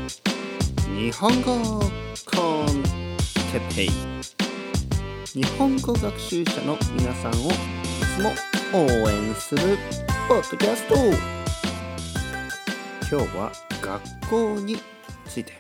日本語コンテッペイ、日本語学習者の皆さんをいつも応援するポッドキャスト。今日は学校について。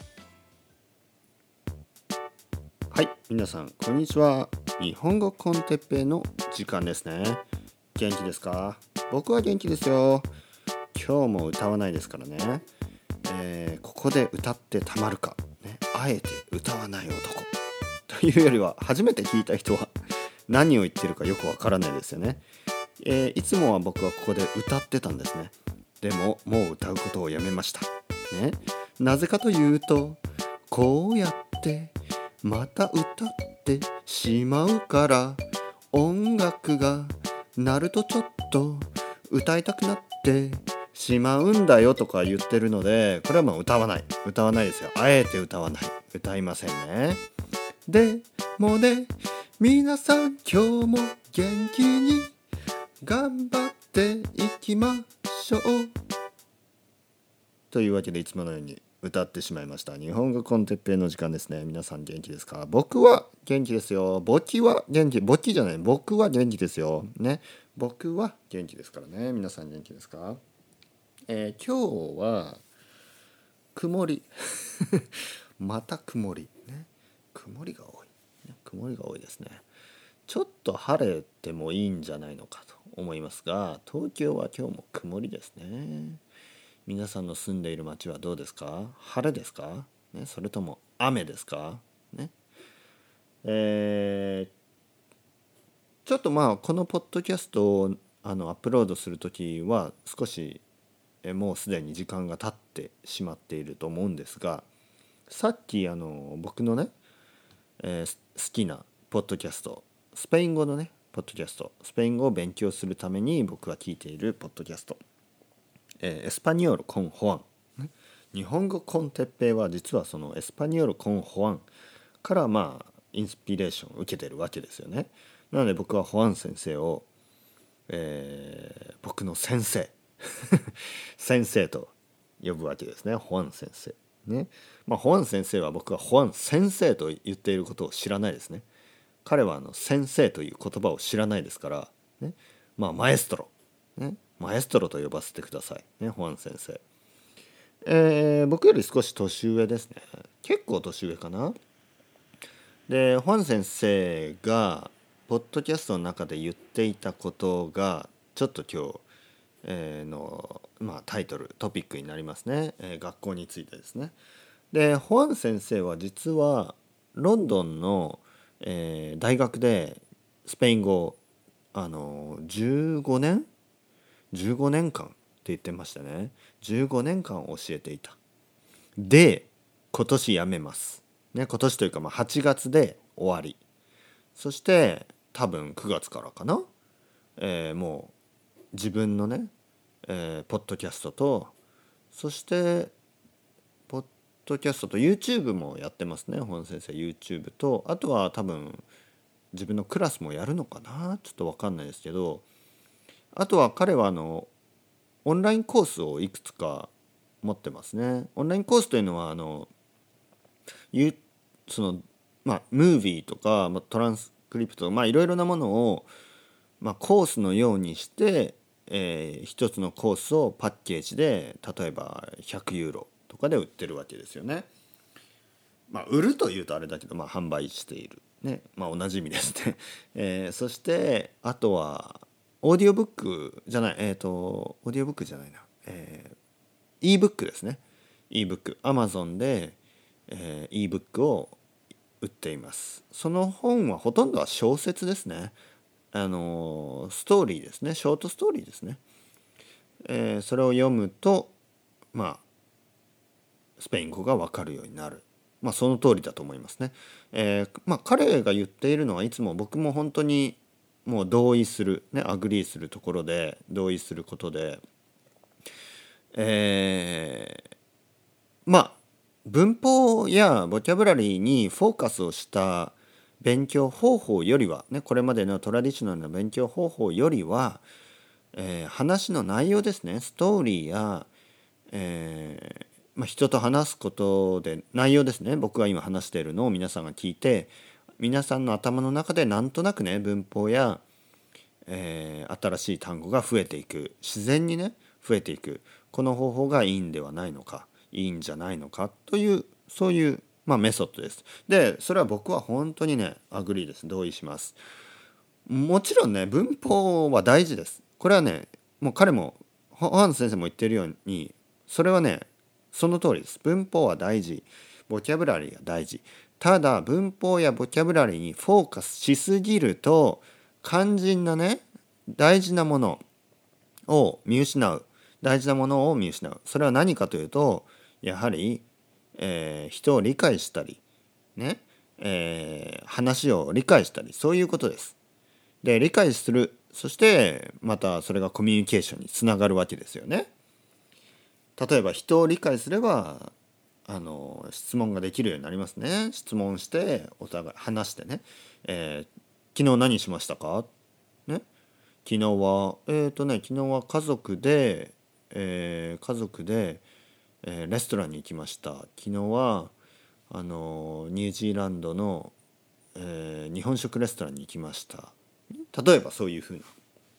はい、皆さんこんにちは。日本語コンテッペイの時間ですね。元気ですか？僕は元気ですよ。今日も歌わないですからね。ここで歌ってたまるか、ね、あえて歌わない男というよりは、初めて聞いた人は何を言ってるかよくわからないですよね。いつもは僕はここで歌ってたんですね。でももう歌うことをやめました、ね、なぜかというと、こうやってまた歌ってしまうから、音楽が鳴るとちょっと歌いたくなってしまうんだよとか言ってるので、これはもう歌わないですよ。あえて歌わない、歌いませんね。でもね、皆さん今日も元気に頑張っていきましょうというわけで、いつものように歌ってしまいました。日本語コンテッペイの時間ですね。皆さん元気ですか？僕は元気ですよ。僕は元気ですよね。僕は元気ですからね。皆さん元気ですか？今日は曇りまた曇りね。曇りが多いですね。ちょっと晴れてもいいんじゃないのかと思いますが、東京は今日も曇りですね。皆さんの住んでいる町はどうですか？晴れですか、ね、それとも雨ですか、ね。ちょっとこのポッドキャストをアップロードするときは少しもうすでに時間が経ってしまっていると思うんですが、さっき僕のね、好きなポッドキャスト、スペイン語のねポッドキャスト、スペイン語を勉強するために僕が聞いているポッドキャスト、エスパニョールコンホアン、日本語コンテッペイは実はそのエスパニョールコンホアンからインスピレーションを受けているわけですよね。なので僕はホアン先生を、僕の先生先生と呼ぶわけですね。ホアン先生ね。ホアン先生は、僕はホアン先生と言っていることを知らないですね。彼は先生という言葉を知らないですから、ね、マエストロ、ね、マエストロと呼ばせてください、ね、ホアン先生。僕より少し年上ですね。結構年上かな。で、ホアン先生がポッドキャストの中で言っていたことがちょっと今日の、タイトルトピックになりますね。学校についてですね。で、ホアン先生は実はロンドンの、大学でスペイン語を15年間って言ってましたね。15年間教えていた。で、今年辞めます、ね、今年というか8月で終わり。そして多分9月からかな、もう自分のね、ポッドキャストと、そしてポッドキャストと YouTube もやってますね。本先生 YouTube と、あとは多分自分のクラスもやるのかな、ちょっと分かんないですけど、あとは彼はオンラインコースをいくつか持ってますね。オンラインコースというのはそのムービーとかトランスクリプトとかいろいろなものをコースのようにして、一つのコースをパッケージで例えば100ユーロとかで売ってるわけですよね。売るというとあれだけど、販売しているね。同じ意味ですね。そしてあとはオーディオブックじゃない、オーディオブックじゃないな、e ブックですね。e ブック Amazon で、e ブックを売っています。その本はほとんどは小説ですね。ストーリーですね。ショートストーリーですね。それを読むとスペイン語が分かるようになる。その通りだと思いますね。彼が言っているのはいつも僕も本当にもう同意する、ね、アグリーするところで同意することで、文法やボキャブラリーにフォーカスをした勉強方法よりは、ね、これまでのトラディショナルな勉強方法よりは、話の内容ですね。ストーリーや、 人と話すことで内容ですね。僕が今話しているのを皆さんが聞いて、皆さんの頭の中でなんとなくね、文法や、新しい単語が増えていく、自然にね増えていく、この方法がいいんではないのか、いいんじゃないのかという、そういう、メソッドです。でそれは僕は本当にねアグリーです。同意します。もちろんね文法は大事です。これはねもう彼もホハンス先生も言ってるように、それはねその通りです。文法は大事、ボキャブラリーが大事。ただ文法やボキャブラリーにフォーカスしすぎると、肝心なね大事なものを見失う。大事なものを見失う。それは何かというと、やはり、人を理解したりね、話を理解したり、そういうことです。で理解する、そしてまたそれがコミュニケーションにつながるわけですよね。例えば人を理解すれば質問ができるようになりますね。質問してお互い話してね、昨日何しましたか、ね、昨日は家族で、レストランに行きました。昨日はニュージーランドの、日本食レストランに行きました。例えばそういうふうな。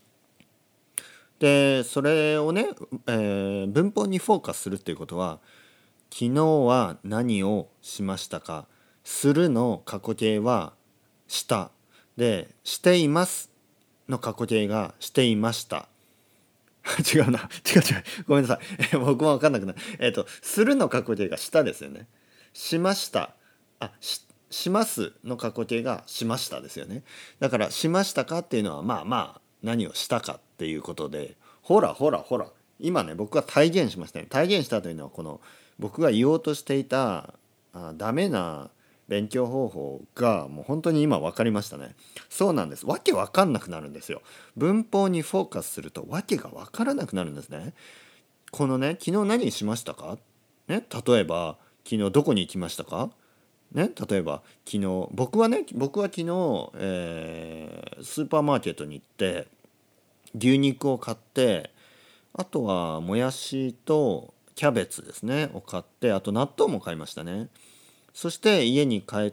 でそれをね、文法にフォーカスするっていうことは、昨日は何をしましたか。するの過去形はしたで、していますの過去形がしていました。違うな、違う違う、ごめんなさい、僕も分かんなくなる。するの過去形がしたですよね。しました、しますの過去形がしましたですよね。だからしましたかっていうのは何をしたかっていうことで、ほらほらほら、今ね僕が体現しましたね。体現したというのは、この僕が言おうとしていたダメな勉強方法がもう本当に今分かりましたね。そうなんです。わけ分かんなくなるんですよ。文法にフォーカスするとわけが分からなくなるんですね。このね、昨日何しましたか、ね、例えば昨日どこに行きましたか、ね、例えば僕は昨日、スーパーマーケットに行って牛肉を買って、あとはもやしとキャベツですねを買って、あと納豆も買いましたね。そして家に帰って、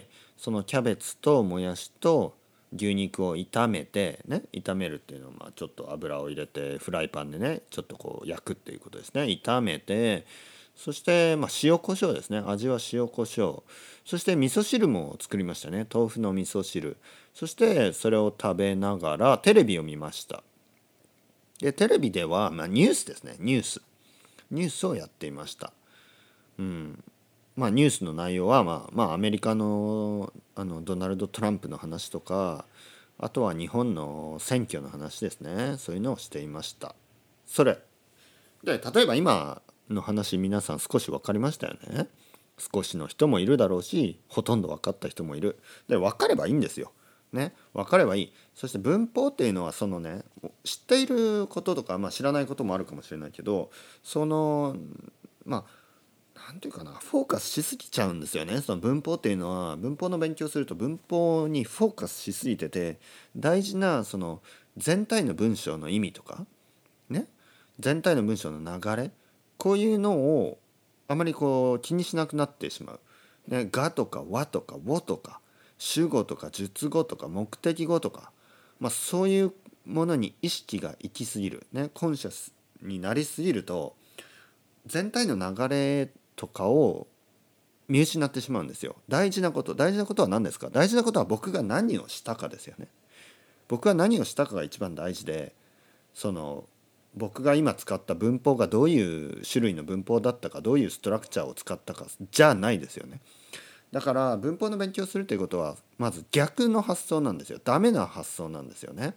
そのキャベツともやしと牛肉を炒めてね、炒めるっていうのはちょっと油を入れてフライパンでねちょっとこう焼くっていうことですね。炒めて、そして塩コショウですね。味は塩コショウ。そして味噌汁も作りましたね。豆腐の味噌汁。そしてそれを食べながらテレビを見ました。でテレビでは、ニュースですね。ニュースをやっていました。ニュースの内容は、アメリカの、ドナルド・トランプの話とか、あとは日本の選挙の話ですね。そういうのをしていました。それで、例えば今の話、皆さん少し分かりましたよね。少しの人もいるだろうし、ほとんど分かった人もいる。で分かればいいんですよ。ね、分かればいい。そして文法っていうのはそのね、知っていることとか、知らないこともあるかもしれないけど、そのなんていうかな、フォーカスしすぎちゃうんですよね。その文法っていうのは、文法の勉強すると文法にフォーカスしすぎてて、大事なその全体の文章の意味とかね、全体の文章の流れ、こういうのをあまりこう気にしなくなってしまう。ね、がとかわとかをとか主語とか述語とか目的語とか、そういうものに意識が行き過ぎる、ね、コンシャスになりすぎると、全体の流れとかを見失ってしまうんですよ。大事なことは何ですか。大事なことは僕が何をしたかですよね。僕が何をしたかが一番大事で、その僕が今使った文法がどういう種類の文法だったか、どういうストラクチャーを使ったかじゃないですよね。だから文法の勉強するということはまず逆の発想なんですよ。ダメな発想なんですよね。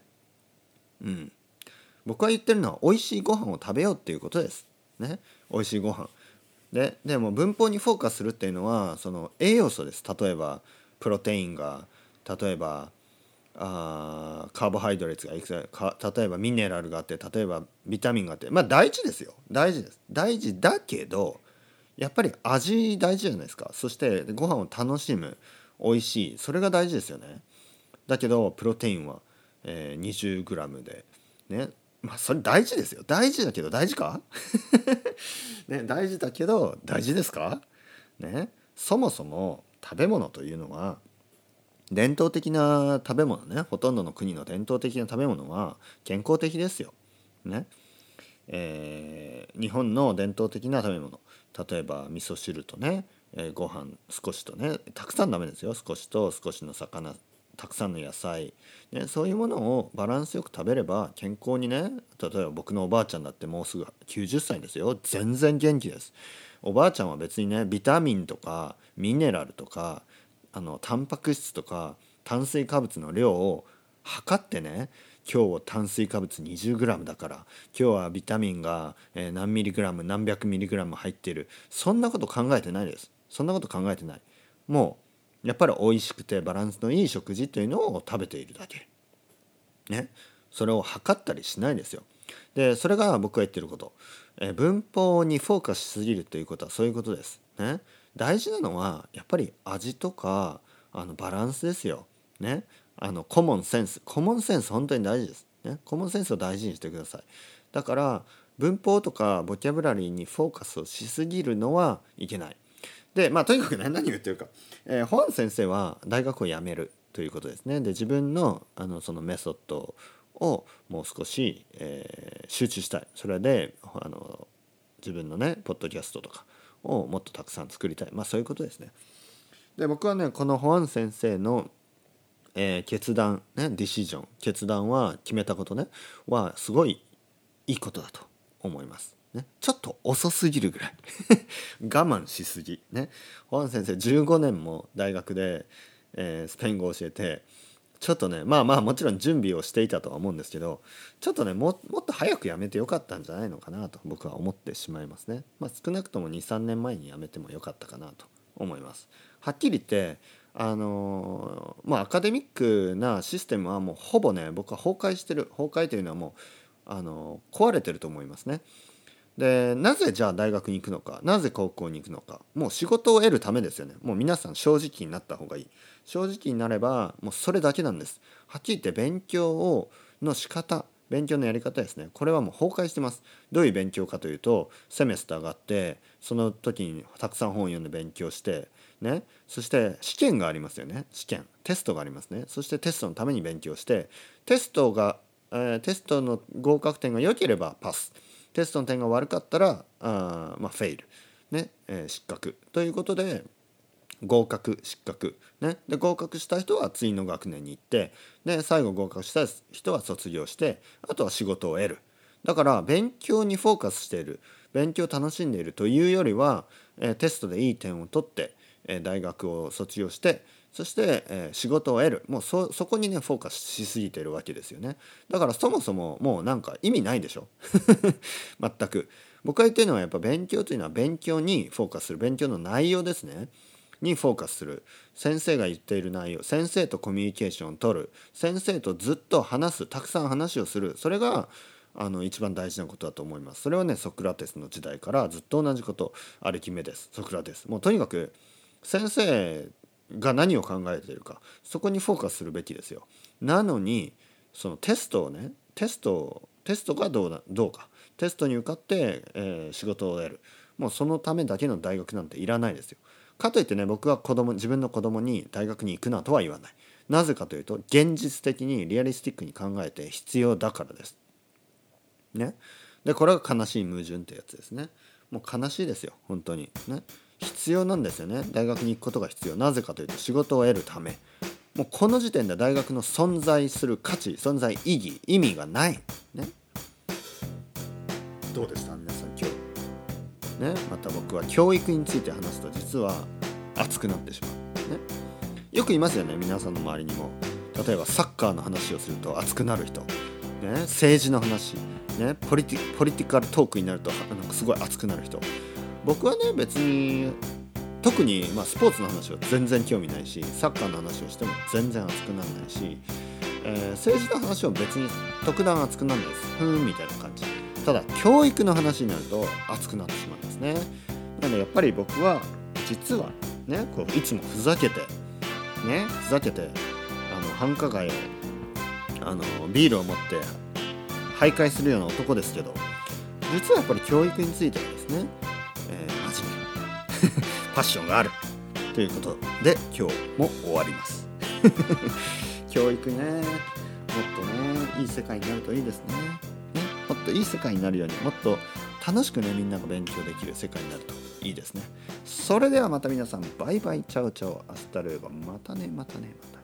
僕が言ってるのは美味しいご飯を食べようっていうことですね。美味しいご飯でも文法にフォーカスするっていうのはその栄養素です。例えばプロテインが、例えばカーボハイドレーツがいくつか、例えばミネラルがあって、例えばビタミンがあって、大事ですよ。大事です。大事だけど、やっぱり味大事じゃないですか。そしてご飯を楽しむ、美味しい、それが大事ですよね。だけどプロテインは、20g でね、 まあそれ大事ですよ。大事だけど大事かね、大事だけど大事ですかね。そもそも食べ物というのは伝統的な食べ物ね、ほとんどの国の伝統的な食べ物は健康的ですよ。ね。日本の伝統的な食べ物、例えば味噌汁とね、ご飯少しとね、たくさんダメですよ。少しと少しの魚、たくさんの野菜、ね、そういうものをバランスよく食べれば健康にね。例えば僕のおばあちゃんだってもうすぐ90歳ですよ。全然元気です。おばあちゃんは別にね、ビタミンとかミネラルとかタンパク質とか炭水化物の量を測ってね、今日は炭水化物 20g だから今日はビタミンが何ミリグラム何百ミリグラム入ってる、そんなこと考えてないです。そんなこと考えてない。もうやっぱり美味しくてバランスのいい食事というのを食べているだけね。それを測ったりしないですよ。でそれが僕が言ってること、文法にフォーカスしすぎるということはそういうことですね。大事なのはやっぱり味とかバランスですよね。コモンセンス本当に大事ですね。コモンセンスを大事にしてください。だから文法とかボキャブラリーにフォーカスをしすぎるのはいけない。でとにかくね、何を言ってるか、ホアン先生は大学を辞めるということですね。で自分のそのメソッドをもう少し、集中したい。それで自分のねポッドキャストとかをもっとたくさん作りたい。そういうことですね。で僕はねこのホアン先生の、決断ね、ディシジョン、決断は決めたことねはすごいいいことだと思いますね。ちょっと遅すぎるぐらい我慢しすぎね。ホアン先生15年も大学で、スペイン語を教えて、ちょっとねもちろん準備をしていたとは思うんですけど、ちょっとねもっと早く辞めてよかったんじゃないのかなと僕は思ってしまいますね。少なくとも 2,3 年前に辞めてもよかったかなと思います。はっきり言ってアカデミックなシステムはもうほぼね僕は崩壊というのはもう壊れてると思いますね。でなぜじゃあ大学に行くのか、なぜ高校に行くのか、もう仕事を得るためですよね。もう皆さん正直になった方がいい。正直になればもうそれだけなんです。はっきり言っての仕方、勉強のやり方ですね、これはもう崩壊してます。どういう勉強かというと、セメスターがあってその時にたくさん本を読んで勉強してね、そして試験がありますよね。テストがありますね。そしてテストのために勉強して、テストの合格点が良ければパス、テストの点が悪かったらフェイル、ね失格ということで、合格失格、ね、で合格した人は次の学年に行って、で最後合格した人は卒業して、あとは仕事を得る。だから勉強にフォーカスしている、勉強を楽しんでいるというよりは、テストでいい点を取って大学を卒業して、そして、仕事を得る。もうそこにねフォーカスしすぎてるわけですよね。だからそもそももうなんか意味ないでしょ全く。僕が言ってるのはやっぱ勉強というのは勉強にフォーカスする、勉強の内容ですねにフォーカスする。先生が言っている内容、先生とコミュニケーションを取る、先生とずっと話す、たくさん話をする、それが一番大事なことだと思います。それはねソクラテスの時代からずっと同じこと。アルキメデス、ソクラテス、もうとにかく先生が何を考えているか、そこにフォーカスするべきですよ。なのにそのテストがどうか、テストに受かって、仕事を得る、もうそのためだけの大学なんていらないですよ。かといってね、僕は自分の子供に大学に行くなとは言わない。なぜかというと、現実的にリアリスティックに考えて必要だからですね。でこれが悲しい矛盾ってやつですね。もう悲しいですよ本当にね。必要なんですよね、大学に行くことが必要。なぜかというと仕事を得るため。もうこの時点で大学の存在する価値、存在意味がないね。どうでした皆さん今日ね。また僕は教育について話すと実は熱くなってしまうね。よくいますよね、皆さんの周りにも。例えばサッカーの話をすると熱くなる人、ね、政治の話、ね、ポリティカルトークになるとなんかすごい熱くなる人。僕はね別に特に、スポーツの話は全然興味ないし、サッカーの話をしても全然熱くならないし、政治の話は別に特段熱くならないです。みたいな感じ。ただ教育の話になると熱くなってしまうんですね。なのでやっぱり僕は実はねこういつもふざけて繁華街をビールを持って徘徊するような男ですけど、実はやっぱり教育についてはですね、真面目パッションがあるということで今日も終わります教育ね、もっとねいい世界になるといいですね。もっといい世界になるように、もっと楽しくねみんなが勉強できる世界になるといいですね。それではまた皆さん、バイバイ、チャオチャオ、アスタルエゴ、またねまたねまた。